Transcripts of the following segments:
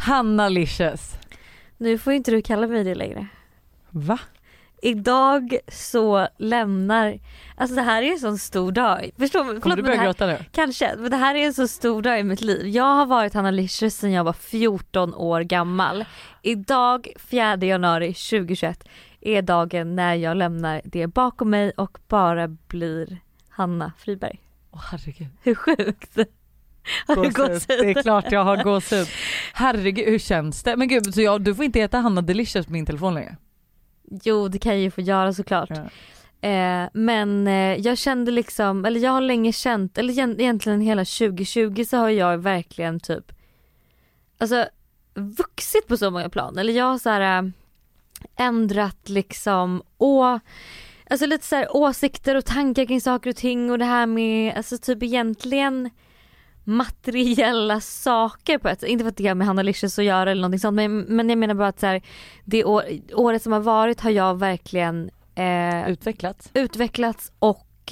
Hanna-licious. Nu får inte du kalla mig det längre. Va? Idag så lämnar... Alltså det här är en sån stor dag. Kommer du börja gråta nu? Kanske, men det här är en så stor dag i mitt liv. Jag har varit Hanna-licious sedan jag var 14 år gammal. Idag, 4 januari 2021, är dagen när jag lämnar det bakom mig och bara blir Hanna Friberg. Herregud. Hur sjukt? Har du gåshud? Det är klart jag har gåshud. Herregud, hur känns det? Men gud, så du får inte heta Hanna Delicious på min telefon längre. Jo, det kan jag ju få göra såklart. Ja. Men jag kände liksom, eller jag har länge känt, eller egentligen hela 2020 så har jag verkligen typ alltså vuxit på så många plan. Eller jag har så här ändrat liksom alltså lite så här åsikter och tankar kring saker och ting, och det här med alltså typ egentligen materiella saker på ett, inte för att det har med Hanna-licious att göra eller någonting sånt, men jag menar bara att så här, det året som har varit har jag verkligen utvecklats och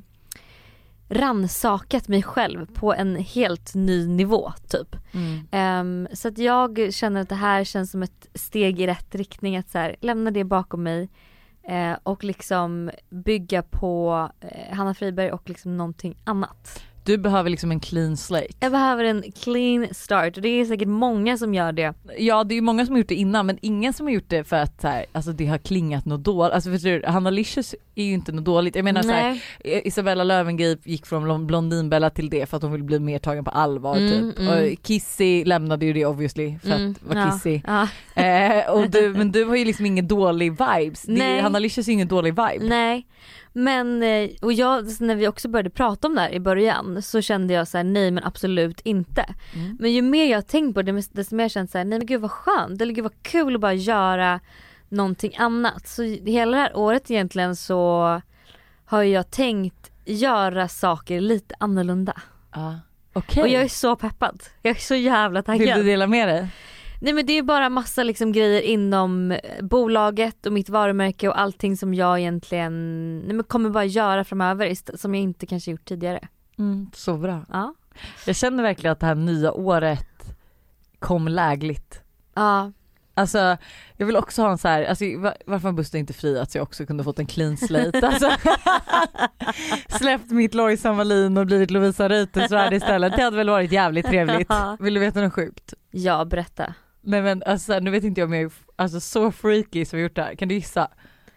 rannsakat mig själv på en helt ny nivå typ. Så att jag känner att det här känns som ett steg i rätt riktning, att så här, lämna det bakom mig och liksom bygga på Hanna Friberg och liksom någonting annat. Du behöver liksom en clean slate. Jag behöver en clean start, och det är säkert många som gör det. Ja, det är ju många som har gjort det innan, men ingen som har gjort det för att så här, alltså det har klingat något dåligt. Alltså för Hanna-licious är ju inte något dåligt. Jag menar så här, Isabella Löwengrip gick från Blondinbella till det för att hon ville bli mer tagen på allvar typ. Och Kissy lämnade ju det obviously för att vara Kissy. Ja. Men du har ju liksom ingen dålig vibes. Hanna-licious är ingen dålig vibe. Nej. Men, och när vi också började prata om det här i början så kände jag så här: nej men absolut inte. Men ju mer jag har tänkt på det, desto mer jag känt så här: nej men gud vad skönt, eller gud vad kul att bara göra någonting annat. Så hela det här året egentligen så har jag tänkt göra saker lite annorlunda. Okay. Och jag är så peppad, jag är så jävla taggad. Vill du dela med dig? Nej men det är bara massa liksom grejer inom bolaget och mitt varumärke och allting som jag egentligen kommer bara göra framöver som jag inte kanske gjort tidigare. Så bra. Ja. Jag känner verkligen att det här nya året kom lägligt. Ja. Alltså jag vill också ha en så här, alltså varför har Buster inte friat så jag också kunde fått en clean slate. Alltså, släppt mitt Lojsan Wallin och blivit Lovisa Reuterswärd istället. Det hade väl varit jävligt trevligt. Vill du veta något sjukt? Ja, berätta. Nej men alltså nu vet inte jag om jag är alltså, så freaky som vi gjort det här. Kan du gissa?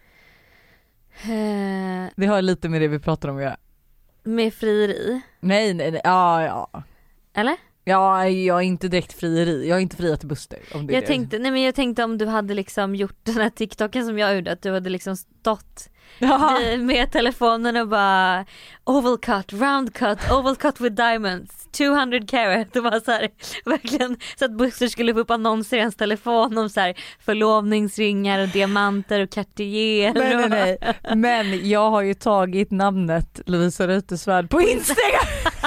Det har lite med det vi pratar om att göra. Med frieri? Nej. Ja. Eller? Ja, jag är inte direkt frieri. Jag har inte friat till Buster. Om det jag tänkte om du hade liksom gjort den här TikToken som jag gjorde, att du hade liksom stått med telefonen och bara oval cut, round cut, oval cut with diamonds, 200 carat, och bara så här, verkligen så att Buster skulle få upp annonser i hans telefon om så här förlovningsringar och diamanter och Cartier. Nej. Men jag har ju tagit namnet Lovisa Reuterswärd på Instagram.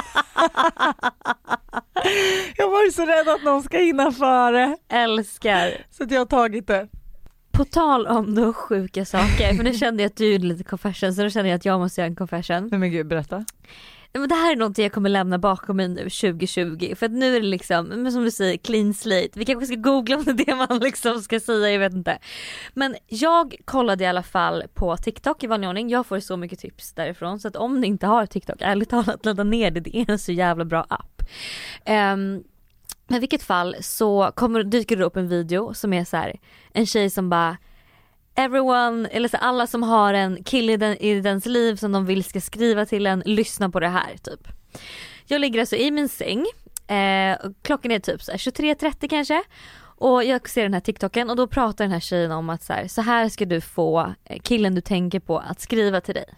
Jag var ju så rädd att någon ska hinna före. Älskar. Så att jag har tagit det. På tal om de sjuka saker, för nu kände jag att du gjorde lite confession, så då kände jag att jag måste göra en confession. Nej men gud, berätta. Men det här är något jag kommer lämna bakom mig nu 2020, för att nu är det liksom, som du säger, clean slate. Vi kanske ska googla om det är det man liksom ska säga, jag vet inte. Men jag kollade i alla fall på TikTok i vanlig ordning. Jag får så mycket tips därifrån, så att om ni inte har TikTok, ärligt talat, ladda ner det. Det är en så jävla bra app. Men i vilket fall så dyker det upp en video som är så här, en tjej som bara everyone, eller så alla som har en kille i dens liv som de vill ska skriva till en, lyssna på det här typ. Jag ligger alltså i min säng, klockan är typ 23:30 kanske, och jag ser den här TikToken och då pratar den här tjejen om att så här ska du få killen du tänker på att skriva till dig.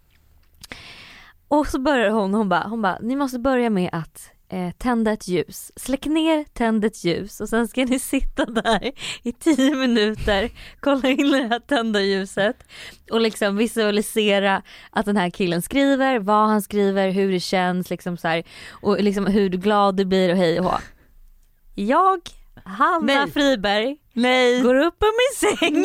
Och så börjar hon bara ni måste börja med att tända ett ljus. Släck ner, tänd ett ljus, och sen ska ni sitta där i 10 minuter, kolla in det här tända ljuset och liksom visualisera att den här killen skriver, vad han skriver, hur det känns liksom så här, och liksom hur glad du blir och hej och hå. Jag, Hanna Friberg, går upp ur min säng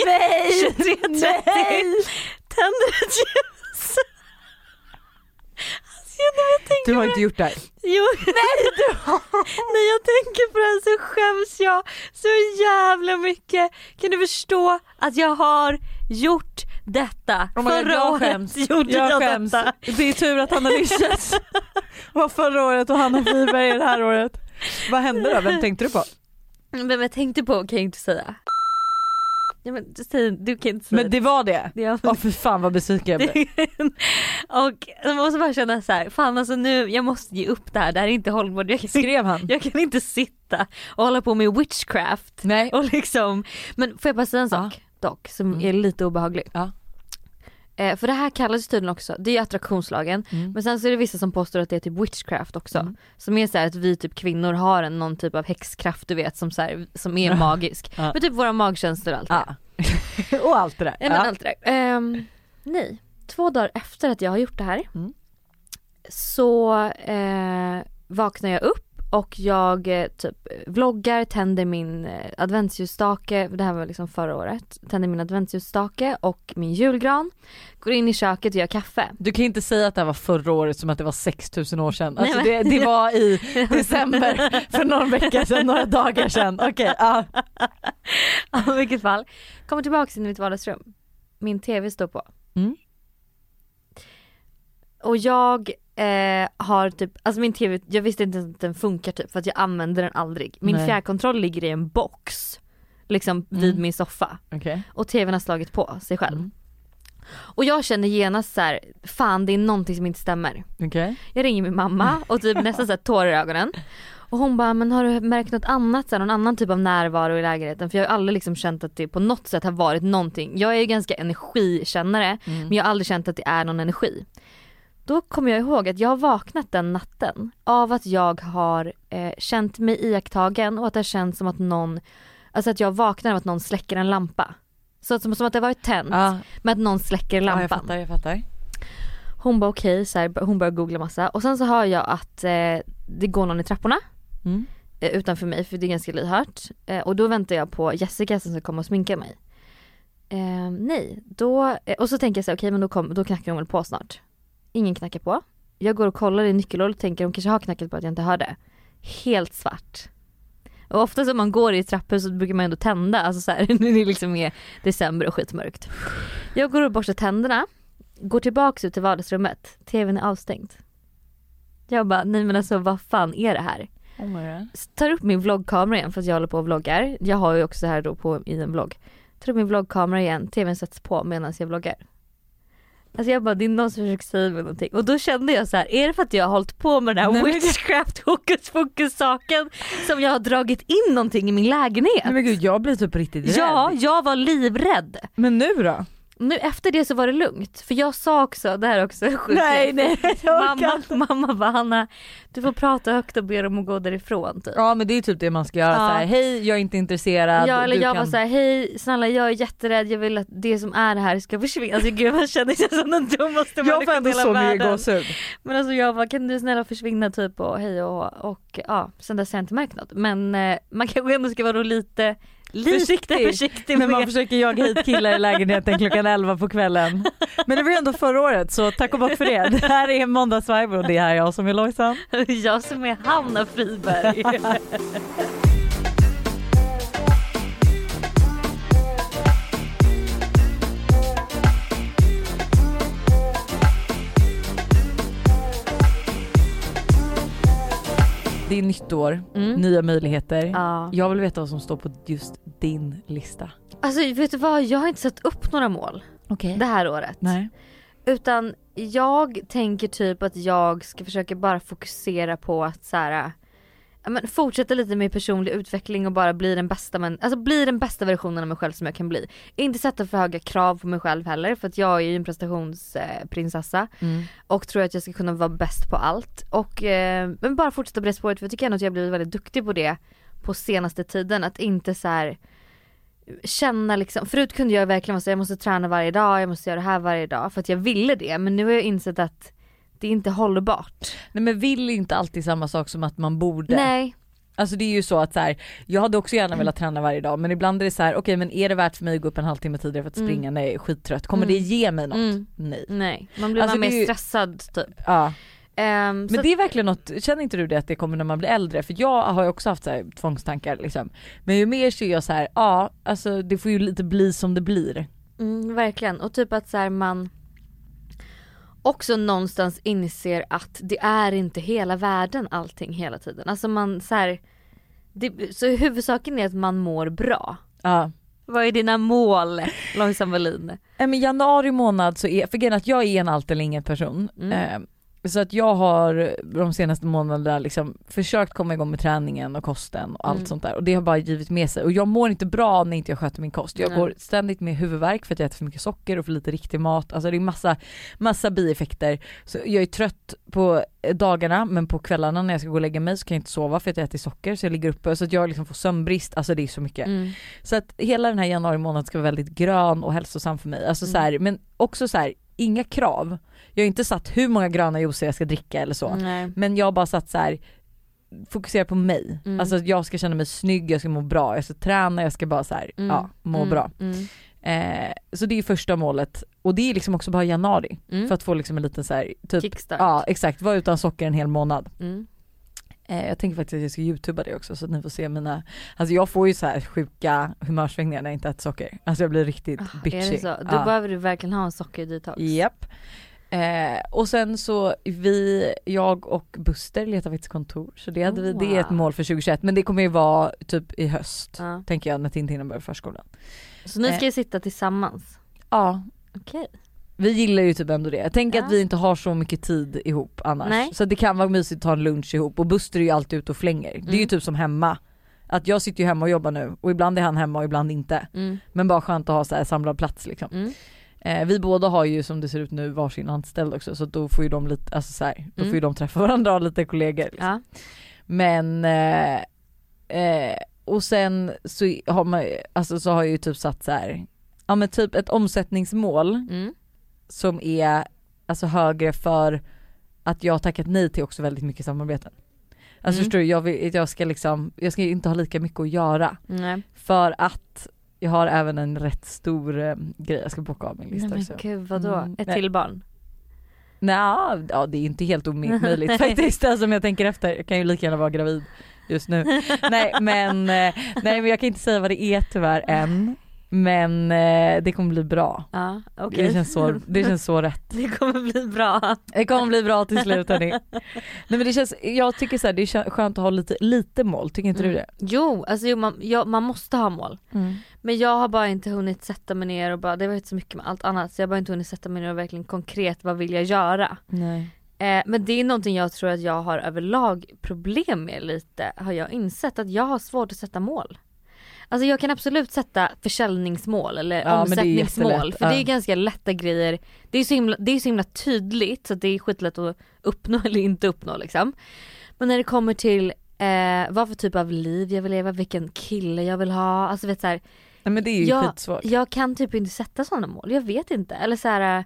23:30, tänder ett ljus. Jag Du har inte gjort det här. Jo, när jag tänker på det här så skäms jag så jävla mycket. Kan du förstå att jag har gjort detta? Förra året gjorde jag detta. Det är tur att Hanna Licious var förra året och Hanna Friberg är det här året. Vad hände då? Vem tänkte du på? Vem jag tänkte på kan jag inte säga. Ja, men du kan inte säga. Men det var det? Ja. För fan vad besviken jag blev. Och jag måste bara känna så här, fan alltså nu, jag måste ge upp det här är inte hållbart. Skrev han? Jag kan inte sitta och hålla på med witchcraft. Nej. Och liksom, men får jag bara säga en sak dock som är lite obehaglig. Ja. För det här kallas tydligen också, det är attraktionslagen, men sen så är det vissa som påstår att det är typ witchcraft också, som är så här att vi typ kvinnor har någon typ av häxkraft, du vet, som så här, som är magisk, med typ våra magkänslor och allt det. Och allt det där. Ja, men allt det där. Nej, 2 dagar efter att jag har gjort det här så vaknar jag upp och jag typ vloggar, tänder min adventsljusstake, det här var liksom förra året, tänder min adventsljusstake och min julgran, går in i köket och gör kaffe. Du kan inte säga att det här var förra året som att det var 6000 år sedan. Alltså det var i december för några veckor sedan, några dagar sedan. Okej, ja, i vilket fall. Kommer tillbaka in i mitt vardagsrum. Min tv står på. Och jag har typ, alltså min tv, jag visste inte att den funkar typ för att jag använder den aldrig. Min fjärrkontroll ligger i en box liksom vid min soffa. Okay. Och tvn har slagit på sig själv. Och jag känner genast så här, fan det är någonting som inte stämmer. Okay. Jag ringer min mamma och typ nästan så här tårar i ögonen. Och hon bara, men har du märkt något annat, så här, någon annan typ av närvaro i lägenheten? För jag har aldrig liksom känt att det på något sätt har varit någonting. Jag är ju ganska energikännare, men jag har aldrig känt att det är någon energi. Då kommer jag ihåg att jag har vaknat den natten av att jag har känt mig iakttagen och att det känns som att någon, alltså att jag vaknar av att någon släcker en lampa. Så som att det var tänt, men att någon släcker lampan. Ja, jag fattar. Hon bara okej, så här, hon börjar googla massa. Och sen så hör jag att det går någon i trapporna utanför mig, för det är ganska lyhört. Och då väntar jag på Jessica som ska komma och sminka mig. Och så tänker jag så här, okej, men då knackar hon väl på snart. Ingen knackar på. Jag går och kollar i nyckelhålet och tänker hon kanske har knackat på att jag inte hörde. Helt svart. Och ofta som man går i trapphus så brukar man ändå tända. Alltså så här, när det liksom är december och skitmörkt. Jag går och borstar tänderna. Går tillbaka ut till vardagsrummet. TVn är avstängd. Jag bara, nej men alltså vad fan är det här? Tar upp min vloggkamera igen för att jag håller på och vloggar. Jag har ju också så här då i en vlogg. Tar upp min vloggkamera igen. TVn sätts på medan jag vloggar. Alltså jag bara, det är någon som försöker säga mig någonting. Och då kände jag så här, är det för att jag har hållit på med den här witchcraft hokus saken som jag har dragit in någonting i min lägenhet? Nej men gud, jag blir typ riktigt rädd. Ja, jag var livrädd. Men nu då? Nu efter det så var det lugnt. För jag sa också, det här är också sjukt. Nej. Mamma bara, Hanna, du får prata högt och be dem att gå därifrån typ. Ja men det är typ det man ska göra, så här, hej jag är inte intresserad. Ja, eller jag var så här, hej snälla jag är jätterädd, jag vill att det som är det här ska försvinna. Alltså gud, man känner sig som den dummaste människan i hela världen. Jag får ändå så mycket gåshud. Men alltså jag bara, kan du snälla försvinna typ och hej och ja, sen dess har jag inte märkt något. Men man kanske ändå ska vara lite försiktig när man försöker jaga hit killar i lägenheten klockan 11 på kvällen. Men det var ju ändå förra året, så tack och bock för det. Det här är Måndagsvibe och det är jag som är Lojsan. Jag som är Hanna Friberg. Det är nytt år, nya möjligheter. Jag vill veta vad som står på just din lista. Alltså vet du vad, jag har inte satt upp några mål det här året. Nej. Utan jag tänker typ att jag ska försöka bara fokusera på att så här, fortsätta lite med personlig utveckling och bara bli den bästa versionen av mig själv som jag kan bli. Inte sätta för höga krav på mig själv heller, för att jag är ju en prestationsprinsessa och tror att jag ska kunna vara bäst på allt. Och men bara fortsätta på det spåret, för jag tycker ändå att jag har blivit väldigt duktig på det på senaste tiden. Att inte så här känna liksom, förut kunde jag verkligen säga jag måste träna varje dag, jag måste göra det här varje dag för att jag ville det, men nu har jag insett att det är inte hållbart. Nej, men vill inte alltid samma sak som att man borde. Nej. Alltså det är ju så att så här, jag hade också gärna velat träna varje dag, men ibland är det så här, okej, men är det värt för mig att gå upp en halvtimme tidigare för att springa när jag är skittrött? Kommer det ge mig något? Nej. Man blir alltså, mer stressad typ. Ja. Men det är verkligen något, känner inte du det att det kommer när man blir äldre? För jag har ju också haft så här tvångstankar liksom. Men ju mer så är jag så här, ja alltså det får ju lite bli som det blir. Verkligen, och typ att så här, man också någonstans inser att det är inte hela världen allting hela tiden. Alltså man så här, så huvudsaken är att man mår bra. Ja. Vad är dina mål, Lojsan Wallin? Men januari månad så är, för grejen att jag är en allt eller ingen person. Så att jag har de senaste månaderna liksom försökt komma igång med träningen och kosten och allt sånt där. Och det har bara givit med sig. Och jag mår inte bra när inte jag sköter min kost. Jag går ständigt med huvudvärk för att jag äter för mycket socker och för lite riktig mat. Alltså det är massa bieffekter. Så jag är trött på dagarna, men på kvällarna när jag ska gå och lägga mig så kan jag inte sova för att jag äter socker. Så jag ligger uppe så att jag liksom får sömnbrist. Alltså det är så mycket. Så att hela den här januari månaden ska vara väldigt grön och hälsosam för mig. Alltså så här, men också så här, inga krav. Jag har inte satt hur många gröna juicer jag ska dricka eller så. Nej. Men jag har bara satt så här, fokusera på mig. Alltså jag ska känna mig snygg, jag ska må bra, jag ska träna, jag ska bara så här, må bra. Så det är första målet. Och det är liksom också bara januari. För att få liksom en liten så här, typ, kickstart. Ja exakt, vara utan socker en hel månad. Jag tänker faktiskt att jag ska youtuba det också så att ni får se mina, alltså jag får ju så här sjuka humörsvängningar när jag inte äter socker. Alltså jag blir riktigt bitchy. Är det så? Då behöver du verkligen ha en sockerdetox. Japp. Och sen så jag och Buster letar faktiskt kontor, så det hade vi, det är ett mål för 2021, men det kommer ju vara typ i höst tänker jag, när Tintin börjar förskolan. Så ni ska ju sitta tillsammans? Ja. Okej. Vi gillar ju typ ändå det. Jag tänker att vi inte har så mycket tid ihop annars. Nej. Så det kan vara mysigt att ta en lunch ihop, och Buster är ju alltid ute och flänger. Det är ju typ som hemma. Att jag sitter ju hemma och jobbar nu, och ibland är han hemma och ibland inte. Men bara skönt att ha så här samlad plats liksom. Vi båda har ju som det ser ut nu varsin anställd också, så då får ju de lite, alltså så här, då får ju de träffa varandra och lite kollegor liksom. Ja. Men och sen så har man, alltså så har jag ju typ satt så här, ja men typ ett omsättningsmål som är alltså högre, för att jag har tackat nej till också väldigt mycket samarbeten. Alltså förstår du, jag ska inte ha lika mycket att göra. För att jag har även en rätt stor grej jag ska bocka av min lista. Nej, men gud, vadå? Ett till barn? Nej, ja, det är inte helt omöjligt faktiskt. Alltså, om jag tänker efter, jag kan ju lika gärna vara gravid just nu. nej, men jag kan inte säga vad det är tyvärr än. Men det kommer bli bra. Ja, okay. Det känns så rätt. Det kommer bli bra. Det kommer bli bra till slut, hörni. Nej, men jag tycker så här, det är skönt att ha lite mål. Tycker inte du det? Jo, alltså man måste ha mål. Men jag har bara inte hunnit sätta mig ner och bara, det var inte så mycket med allt annat, så jag har bara inte hunnit sätta mig ner och verkligen konkret, vad vill jag göra? Nej. Men det är någonting jag tror att jag har överlag problem med lite, har jag insett, att jag har svårt att sätta mål. Alltså jag kan absolut sätta försäljningsmål eller omsättningsmål, för det är ganska lätta grejer. Det är så himla tydligt, så det är skitlätt att uppnå eller inte uppnå liksom. Men när det kommer till vad för typ av liv jag vill leva, vilken kille jag vill ha, alltså vet så här, nej, men det är ju skitsvårt. Jag kan typ inte sätta sådana mål, jag vet inte, eller så här.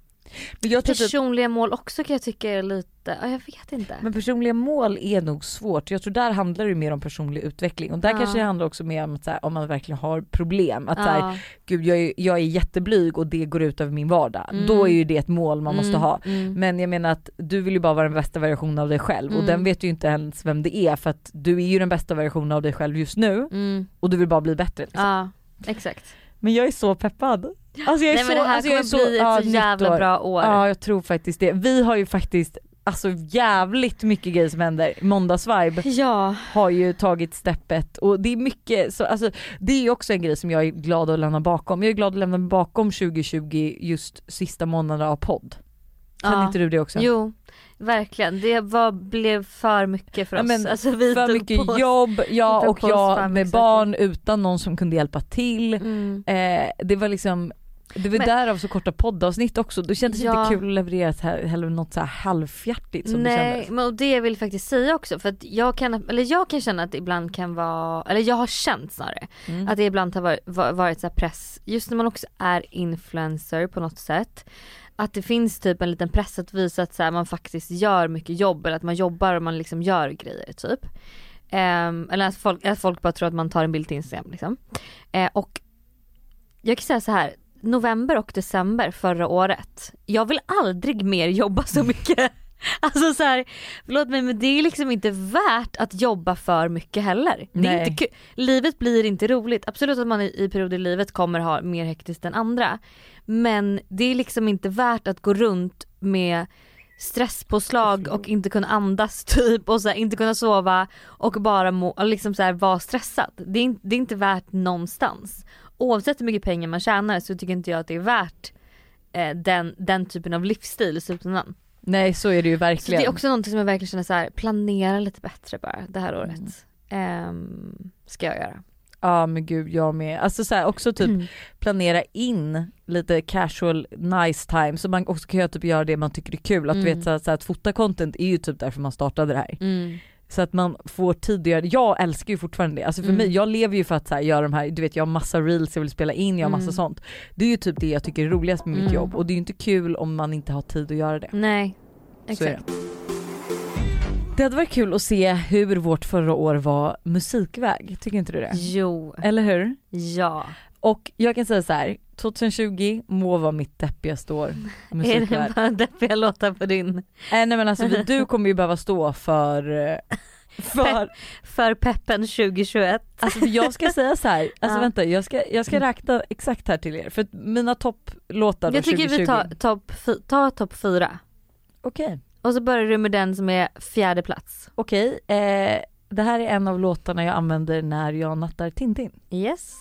Men personliga mål också kan jag tycka är lite, jag vet inte. Men personliga mål är nog svårt. Jag tror där handlar det mer om personlig utveckling. Och där kanske det handlar också mer om att, så här, om man verkligen har problem. Att så här, gud jag är jätteblyg och det går ut över min vardag. Då är ju det ett mål man måste ha. Men jag menar att du vill ju bara vara den bästa versionen av dig själv. Och den vet ju inte ens vem det är. För att du är ju den bästa versionen av dig själv just nu. Och du vill bara bli bättre liksom. Ja, exakt. Men jag är så peppad. Alltså jag är men det här kommer bli ett så jävla bra år. Ja, jag tror faktiskt det. Vi har ju faktiskt alltså jävligt mycket grejer som händer. Måndagsvibe har ju tagit steppet, och det är mycket så, alltså det är ju också en grej som jag är glad att lämna bakom. Jag är glad att lämna bakom 2020, just sista månaderna av podd. Kan inte du det också? Jo, verkligen. Det blev för mycket för oss. Men, alltså, vi för mycket jobb, och jag med barn utan någon som kunde hjälpa till. Det var liksom, det var därav så korta poddavsnitt också. Det kändes inte kul att leverera heller något så här halvfjärtigt som det kändes. Nej, men det vill jag faktiskt säga också, för att jag kan känna att det ibland kan vara, eller jag har känt snarare att det ibland har varit så här press, just när man också är influencer på något sätt, att det finns typ en liten press att visa att så här, man faktiskt gör mycket jobb, eller att man jobbar och man liksom gör grejer typ. Eller att folk bara tror att man tar en bild till Instagram liksom. Och jag kan säga så här, november och december förra året, jag vill aldrig mer jobba så mycket. Alltså så här, förlåt mig, men det är liksom inte värt att jobba för mycket heller. Det är inte livet blir inte roligt. Absolut att man i perioder i livet kommer ha mer hektiskt än andra. Men det är liksom inte värt att gå runt med stresspåslag och inte kunna andas typ och så här, inte kunna sova och bara liksom så här, vara stressad. Det är inte värt någonstans. Oavsett hur mycket pengar man tjänar så tycker inte jag att det är värt den typen av livsstil i slutändan. Nej, så är det ju verkligen. Så det är också någonting som jag verkligen känner så här, planera lite bättre bara det här året. Ska jag göra. Ja men gud, jag med. Alltså så här, också typ planera in lite casual nice time så man också kan typ göra det man tycker är kul. Att du vet så här, att fota content är ju typ därför man startade det här. Så att man får tid att göra det. Jag älskar ju fortfarande det. Alltså för mig, jag lever ju för att så här, göra de här, du vet jag har massa reels jag vill spela in, jag har massa sånt. Det är ju typ det jag tycker är roligast med mitt jobb och det är ju inte kul om man inte har tid att göra det. Nej, exakt. Det hade varit kul att se hur vårt förra år var musikväg. Tycker inte du det? Jo. Eller hur? Ja. Och jag kan säga så här, 2020 må vara mitt deppigaste år musikväg. Är det bara deppiga låtar på din? Nej men alltså du kommer ju behöva stå för peppen 2021. Alltså jag ska säga så här, alltså vänta, jag ska räkna exakt här till er för mina topplåtar då 2020. Jag tycker vi tar topp 4. Okej. Och så börjar du med den som är 4:e plats. Okej, det här är en av låtarna jag använder när jag nattar Tintin. Yes.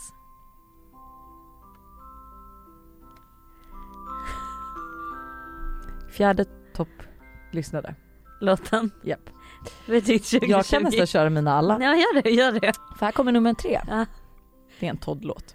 Fjärde topplyssnade. Låten. Japp. Jag kan nästan köra mina alla. Ja, gör det. För här kommer nummer 3. Ja. Det är en Todd-låt.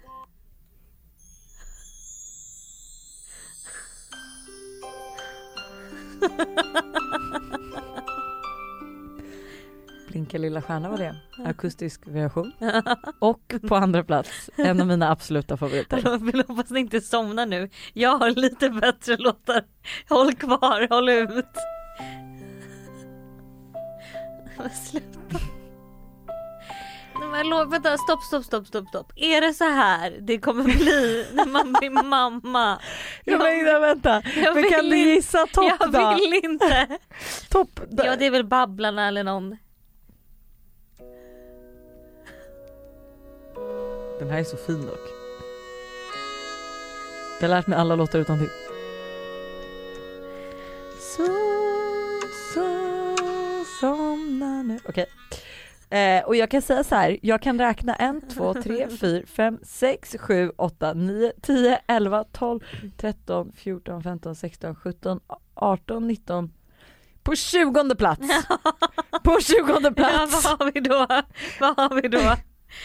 Blinka lilla stjärna var det. Akustisk version. Och på andra plats, en av mina absoluta favoriter. Jag vill hoppas ni inte somna nu. Jag har lite bättre låtar. Håll kvar, håll ut. Sluta. Vänta, stopp. Är det så här det kommer bli när man blir mamma? Vänta. Men kan du gissa topp då? Jag vill inte. Topp. Ja, det är väl Babblarna eller någon. Den här är så fin dock. Jag har lärt mig alla låtar utan till. Så somna nu. Okej. Och jag kan säga så här, jag kan räkna 1, 2, 3, 4, 5, 6, 7, 8, 9, 10, 11, 12, 13, 14, 15, 16, 17, 18, 19. På 20:e plats. På 20:e plats. Ja, vad har vi då?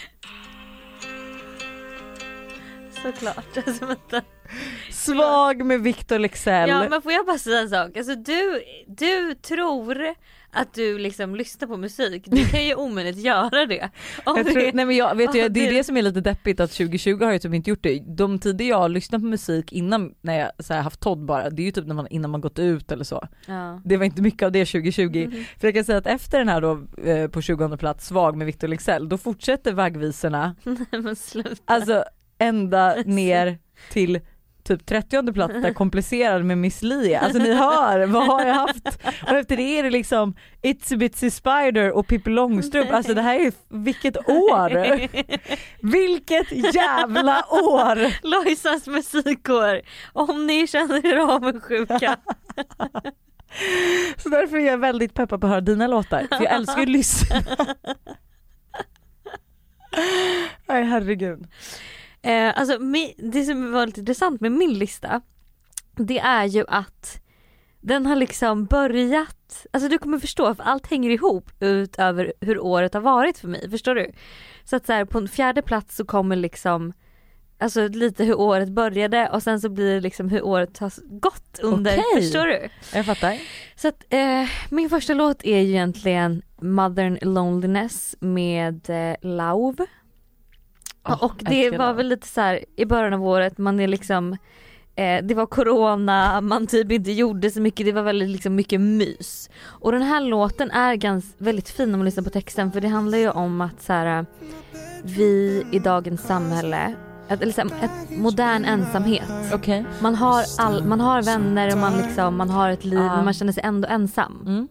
Såklart. Alltså, vänta. Svag med Victor Leksell. Ja, men får jag bara säga en sak? Alltså du tror att du liksom lyssnar på musik. Du kan ju omöjligt göra det. Nej men jag vet ju, det är det som är lite deppigt att 2020 har jag typ inte gjort det. De tider jag har lyssnat på musik innan när jag så här, haft Todd bara, det är ju typ innan man gått ut eller så. Ja. Det var inte mycket av det 2020. För jag kan säga att efter den här då på 20:e plats, Svag med Victor Leksell, då fortsätter vaggvisorna. Nej men sluta. Alltså ända ner till typ 30:e plats där Komplicerad med Miss Li. Alltså ni hör, vad har jag haft? Och efter det är det liksom Itsy Bitsy Spider och Pippi Långstrump. Alltså det här är vilket år! Vilket jävla år! Lojsans musikår. Om ni känner er avundsjuka. Så därför är jag väldigt peppad på att höra dina låtar. För jag älskar att lyssna. Nej herregud. Alltså det som var lite intressant med min lista, det är ju att den har liksom börjat, alltså du kommer förstå för allt hänger ihop utöver hur året har varit för mig, förstår du? Så att så här, på en 4:e plats så kommer liksom alltså lite hur året började och sen så blir det liksom hur året har gått under, förstår du? Jag fattar. Så att min första låt är ju egentligen Modern Loneliness med Lauv. Och det var väl lite så här i början av året, man är liksom det var corona, man typ inte gjorde så mycket, det var väldigt liksom mycket mys. Och den här låten är väldigt fin om man lyssnar på texten, för det handlar ju om att så här, vi i dagens samhälle ett modern ensamhet. Okay. Man har vänner och man har ett liv, men man känner sig ändå ensam. Mm.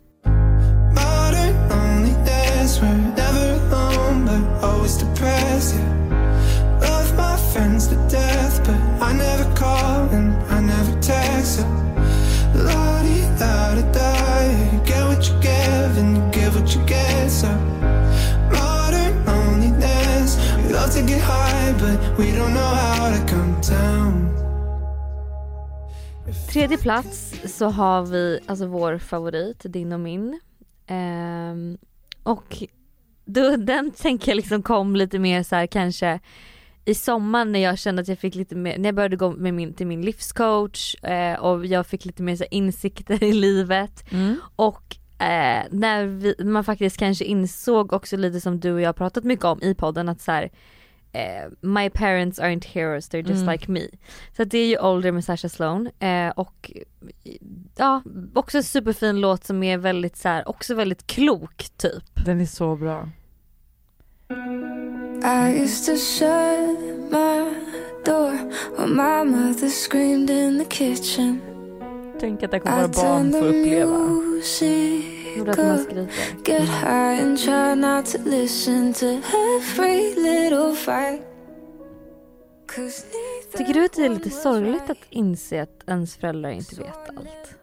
Friends to death, but I never call and I never text her. La-di-da-da-da, get what you give and you give what you get. So modern loneliness, we love to get high but we don't know how to come down. Tredje plats så har vi alltså vår favorit, din och min. Och då, den tänker jag liksom kom lite mer så här kanske i sommar när jag kände att jag fick lite mer, när jag började gå med till min livscoach och jag fick lite mer så här insikter i livet och när man faktiskt kanske insåg också lite som du och jag pratat mycket om i podden att så här, my parents aren't heroes, they're just like me. Så det är ju Older med Sasha Sloan och ja, också en superfin låt som är väldigt så här, också väldigt klok typ. Den är så bra. I used to shut my door when my mother screamed in the kitchen. Tänk att det kommer vara barn får uppleva. Get high and try not to listen to every little fight. Tycker du att det är lite sorgligt att inse att ens föräldrar inte vet allt?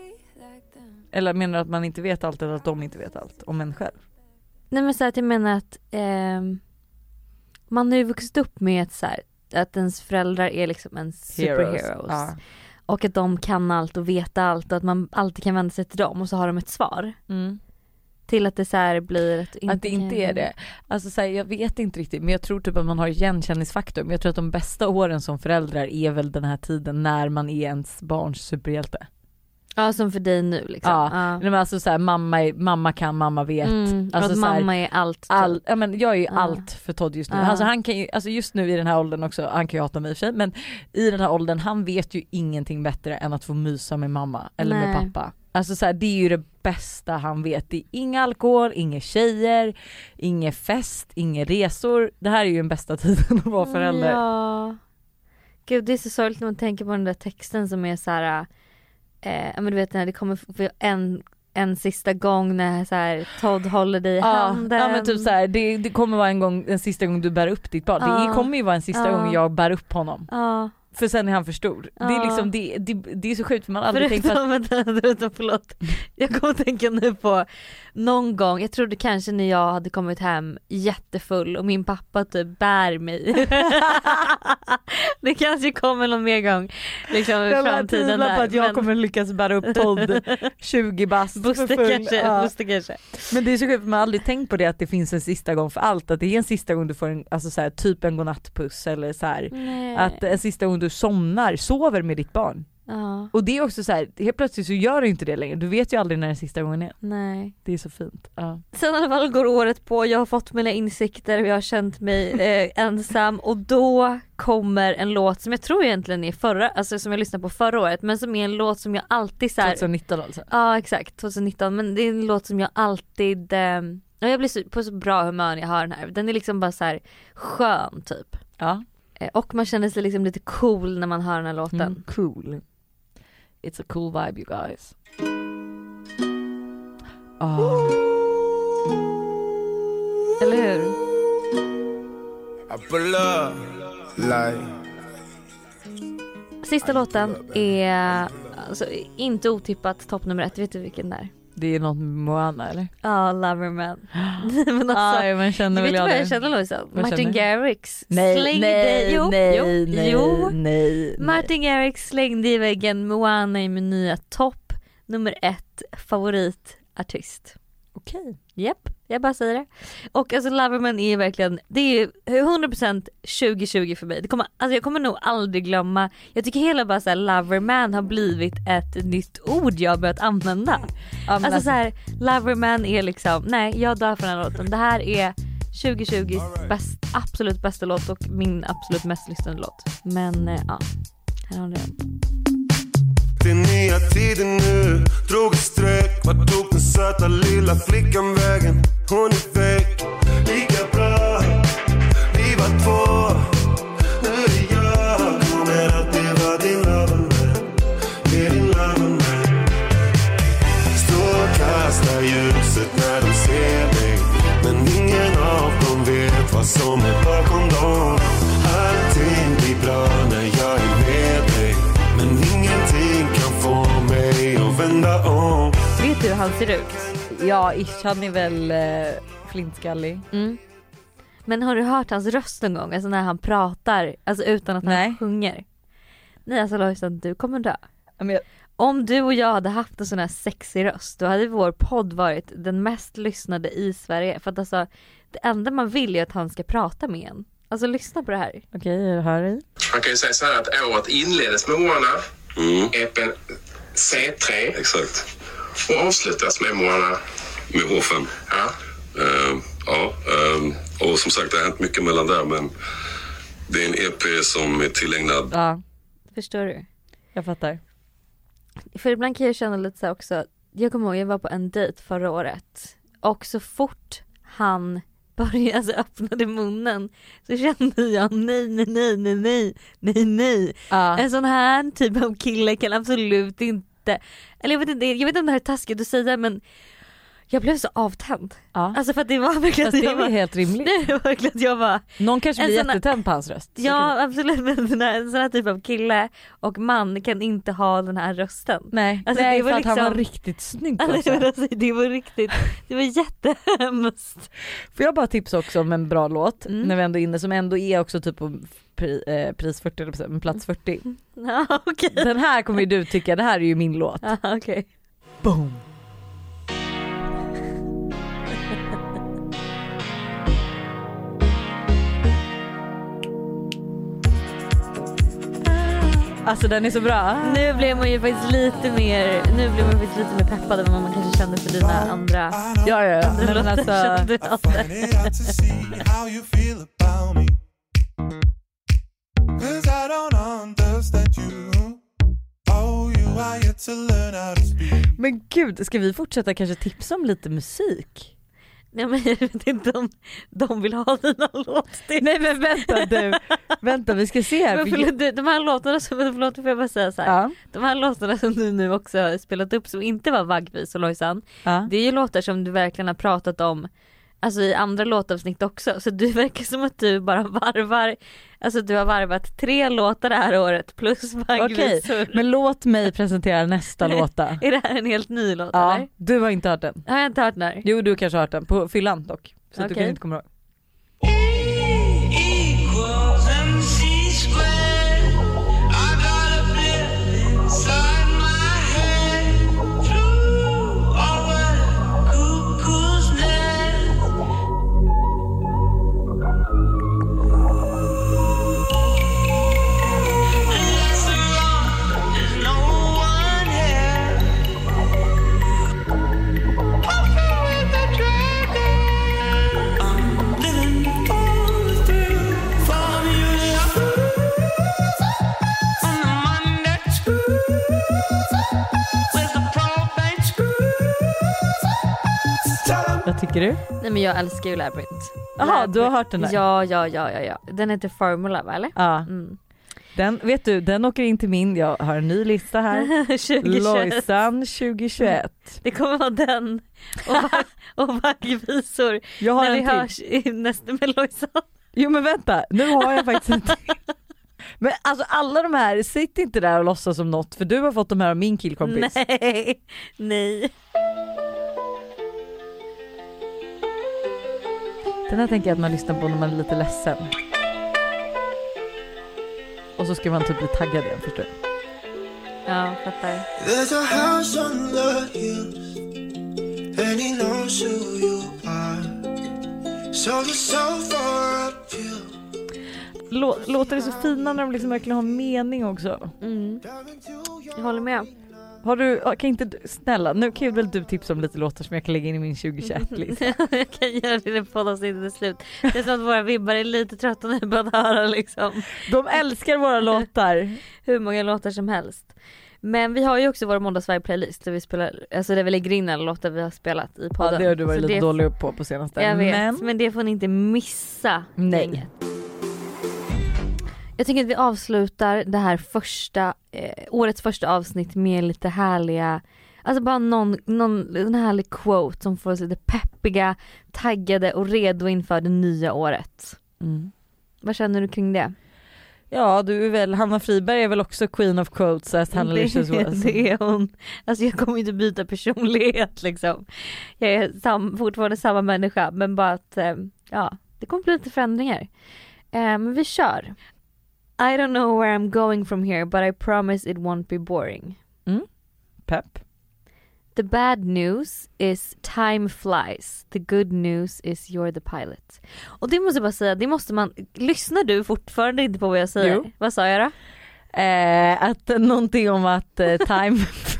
Eller menar du att man inte vet allt eller att de inte vet allt om en själv? Nej men så att jag menar att man har ju vuxit upp med att ens föräldrar är liksom en superheroes. Ja. Och att de kan allt och vet allt och att man alltid kan vända sig till dem och så har de ett svar. Till att det så här blir att det inte är det. Alltså så här, jag vet inte riktigt, men jag tror typ att man har igenkänningsfaktor. Men jag tror att de bästa åren som föräldrar är väl den här tiden när man är ens barns superhjälte. Ja, som för dig nu liksom. Ja. Men alltså så här, mamma kan, mamma vet. Alltså att mamma är allt. Ja, men jag är ju allt för Todd just nu. Alltså han kan ju, alltså just nu i den här åldern också, han kan ju hata mig i och för sig, men i den här åldern, han vet ju ingenting bättre än att få mysa med mamma eller med pappa. Alltså så här, det är ju det bästa han vet. Det är inga alkohol, inga tjejer, inga fest, inga resor. Det här är ju den bästa tiden att vara förälder. Ja. Gud, det är så sorgligt när man tänker på den där texten som är så här. Men du vet när det kommer en sista gång när så här, Todd håller dig i handen. Ja men typ så här, det kommer vara en sista gång du bär upp ditt barn. Det kommer ju vara en sista gång jag bär upp honom. För sen är han för stor. Det är liksom det är så sjukt för man aldrig tänkt förlåt. Jag kommer tänka nu på någon gång, jag trodde kanske när jag hade kommit hem jättefull och min pappa typ bär mig. Det kanske kommer någon mer gång liksom i framtiden där. På att jag kommer lyckas bära upp Todd 20 bast. Buster kanske. Men det är så sjukt för man aldrig tänkt på det att det finns en sista gång för allt. Att det är en sista gång du får en, alltså så här, typ en godnattpuss eller så här. Att en sista gång du sover med ditt barn. Och det är också så här, helt plötsligt så gör du inte det längre. Du vet ju aldrig när den sista gången är. Nej. Det är så fint. Sen i alla fall går året på, jag har fått mina insikter och jag har känt mig ensam och då kommer en låt som jag tror egentligen är alltså som jag lyssnade på förra året, men som är en låt som jag alltid så här, 2019 alltså. Ja, exakt, 2019, men det är en låt som jag alltid jag blir på så bra humör när jag hör den här. Den är liksom bara så här skön typ. Ja. Och man känner sig liksom lite cool när man hör den här låten. Cool. It's a cool vibe, you guys. Eller hur? Sista låten är alltså, inte otippat topp nummer 1. Vet du vilken där? Det är något med Moana eller? Ja, Loverman. Men alltså, men känner väl jag det. Jag känner Lovisa. Martin Garrix nej. Martin Garrix slängde i väggen Moana i min nya topp nummer 1 favoritartist. Okej. Japp, jag bara säger det. Och alltså Loverman är verkligen, det är 100% 2020 för mig. Jag kommer nog aldrig glömma. Jag tycker hela bara så här, Loverman har blivit ett nytt ord jag har börjat använda. Alltså så här, Loverman är liksom, nej, jag dör för den här låten. Det här är 2020 absolut bästa låt och min absolut mest lyssnade låt. Men ja, här har ni den. Det är nya tider nu, drog ett streck. Vart tog den söta lilla flickan vägen? Hon är väck, lika bra. Vi var två, nu är det han ser ut? Ja, han är väl flintskallig. Men har du hört hans röst någon gång? Alltså när han pratar, alltså utan att han sjunger. Nej, alltså Lojsan, du kommer dö. Om du och jag hade haft en sån här sexig röst, då hade vår podd varit den mest lyssnade i Sverige. För att alltså, det enda man vill är att han ska prata med en. Alltså lyssna på det här. Okej, jag hör dig. Man kan ju säga så här att året inleddes med Moana, EPn C3. Exakt. Och avslutas med Moana. Med H5. Ja. Och som sagt, det har hänt mycket mellan där, men det är en EP som är tillägnad. Ja, förstår du? Jag fattar. För ibland kan jag känna lite så också. Jag kommer ihåg, jag var på en dejt förra året. Och så fort han började, alltså öppnade munnen, så kände jag nej. En sån här typ av kille kan absolut inte, eller jag vet inte om det här är taskigt att säga, men jag blev så avtänd. Ja. Alltså för att det var verkligen, det var helt rimligt. Det var verkligen att jag var. Någon kanske blir jättetänd på hans röst. Ja, absolut, men en sån här typ av kille och man kan inte ha den här rösten. Nej, alltså, det var för liksom, att han var riktigt snygg också. Alltså, det var riktigt, det var jättehemskt. Får jag bara tipsa också om en bra låt när vi ändå är inne, som ändå är också typ på pris 40, men plats 40. Ja, okay. Den här kommer ju du tycka, det här är ju min låt. Ja, okay. Boom. Alltså den är så bra. Nu blev man ju faktiskt lite mer peppad än vad man kanske kände för dina andra. Ja. Men alltså men gud, ska vi fortsätta kanske tipsa om lite musik? Nej, men jag vet inte om de vill ha dina låtar. Nej men vänta vi ska se här. Men de här låtarna som, förlåt får jag bara säga så här. Ja. De här låtarna som du nu också har spelat upp som inte var Vaggvis och Lojsan. Ja. Det är ju låtar som du verkligen har pratat om, alltså i andra låtavsnitt också. Så du verkar som att du bara varvar, alltså du har varvat 3 låtar det här året plus Vaggvisor. Okej, men låt mig presentera nästa låta. Är det här en helt ny låt ja, eller? Du har inte hört den. Har jag inte hört den här? Jo, du kanske har hört den på fyllan dock. Så att du kanske inte kommer ihåg. Vad tycker du? Nej men jag älskar ju Labyrinth. Jaha, du har hört den där? Ja. Den heter Formula, va, eller? Ja. Mm. Den, vet du, den åker in till min, jag har en ny lista här. 2021. Lojsan 2021. Det kommer vara den och Vaggvisor. Jag har när en vi hörs nästa med Lojsan. Jo men vänta, nu har jag faktiskt inte. Men alltså alla de här, sitt inte där och låtsas som något, för du har fått de här av min killkompis. Nej. Den här tänker jag att man lyssnar på när man är lite ledsen. Och så ska man typ bli taggad igen, förstår du? Ja, fattar. There's a house on the hills and he knows who you are. So you're so far uphill. Låter det så fina när de liksom verkligen har mening också. Jag håller med. Har du, kan inte snälla, nu kan ju väl du tipsa om lite låtar som jag kan lägga in i min 2021-lista. Jag kan göra det på avsnittet till slut. Det är som att våra vibbar är lite trötta nu på att höra liksom. De älskar våra låtar. Hur många låtar som helst. Men vi har ju också vår måndagsvibe-playlist där vi spelar, alltså där vi lägger in alla låtar vi har spelat i podden. Ja, det har du varit lite dålig upp på senaste. Jag vet, men det får ni inte missa. Nej. Inget. Jag tycker att vi avslutar det här årets första avsnitt med lite härliga, alltså bara någon härlig quote som får oss lite peppiga, taggade och redo inför det nya året. Vad känner du kring det? Ja, du är väl, Hanna Friberg är väl också queen of quotes as Hanna Licious was. Det är hon. Alltså jag kommer inte byta personlighet liksom. Jag är fortfarande samma människa, men bara att det kommer bli lite förändringar. Men vi kör. I don't know where I'm going from here, but I promise it won't be boring. Pepp. The bad news is time flies. The good news is you're the pilot. Och det måste jag bara säga, det måste man... Lyssnar du fortfarande inte på vad jag säger? Jo. Vad sa jag då? Att någonting om att time...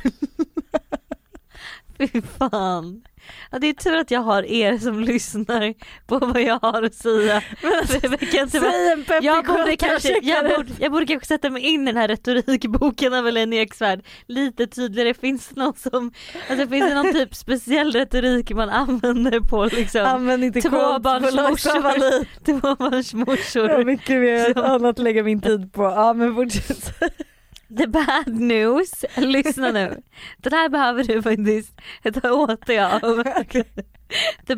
Fy fan. Ja, det är tur att jag har er som lyssnar på vad jag har att säga. Säg en peppig jag borde kanske sätta mig in i den här retorikboken av Eleni Eksvärd lite tydligare. Finns det någon som, alltså finns det någon typ speciell retorik man använder på liksom använd inte tvåbarnsmorsor. Jag har mycket mer annat lägga min tid på. Ja, men fortsätt. The bad news, lyssna nu. Den här behöver du faktiskt ta åt dig av. The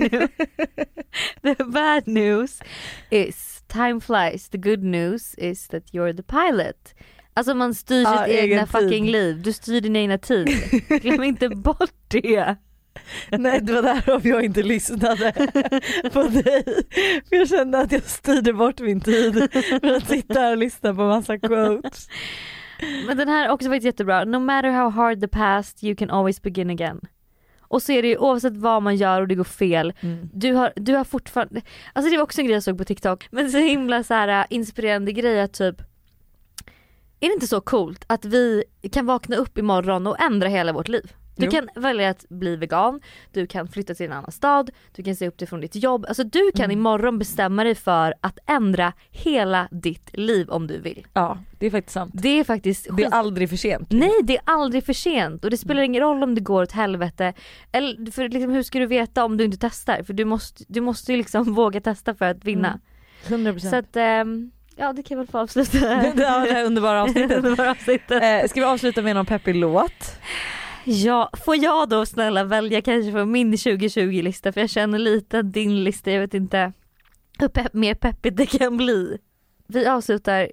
bad news is time flies. The good news is that you're the pilot. Alltså man styr sitt egna fucking liv. Du styr din egna tid. Glöm inte bort det. Nej, det var därför jag inte lyssnade på dig. För jag kände att jag styrde bort min tid för att sitta här och lyssna på massa quotes. Men den här är också faktiskt jättebra. No matter how hard the past, you can always begin again. Och så är det ju oavsett vad man gör och det går fel. Du har fortfarande... Alltså det var också en grej jag såg på TikTok. Men så himla så här inspirerande grej att typ... Är det inte så coolt att vi kan vakna upp imorgon och ändra hela vårt liv? Du kan välja att bli vegan, du kan flytta till en annan stad, du kan se upp dig från ditt jobb. Alltså du kan imorgon bestämma dig för att ändra hela ditt liv om du vill. Ja, det är faktiskt sant. Det är faktiskt... Det är aldrig för sent. Nej, det är aldrig för sent. Och det spelar ingen roll om det går åt helvete. Eller för liksom, hur ska du veta om du inte testar? För du måste ju liksom våga testa för att vinna. 100%. Så att... ja, det kan väl få avsluta. Det här underbara avsnittet. Ska vi avsluta med någon peppig låt? Ja, får jag då snälla välja kanske för min 2020-lista, för jag känner lite att din lista, jag vet inte hur mer peppigt det kan bli. Vi avslutar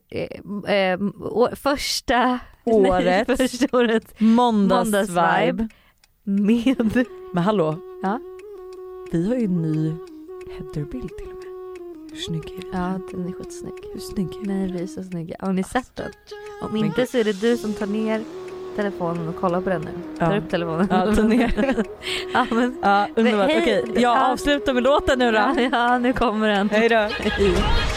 första året måndagsvibe med... Men hallå, ja? Vi har ju en ny headerbild till och med. Hur snygg är det? Ja, den är skitsnygg. Hur snygg? Nej, vi är så snygga. Har ni sett den? Om inte så är det du som tar ner telefonen och kollar på den nu. Tar upp telefonen. Ja, ta ner. Ja, men, underbart. Okej, jag avslutar med låten nu då. Ja, nu kommer den. Hej då. Hej.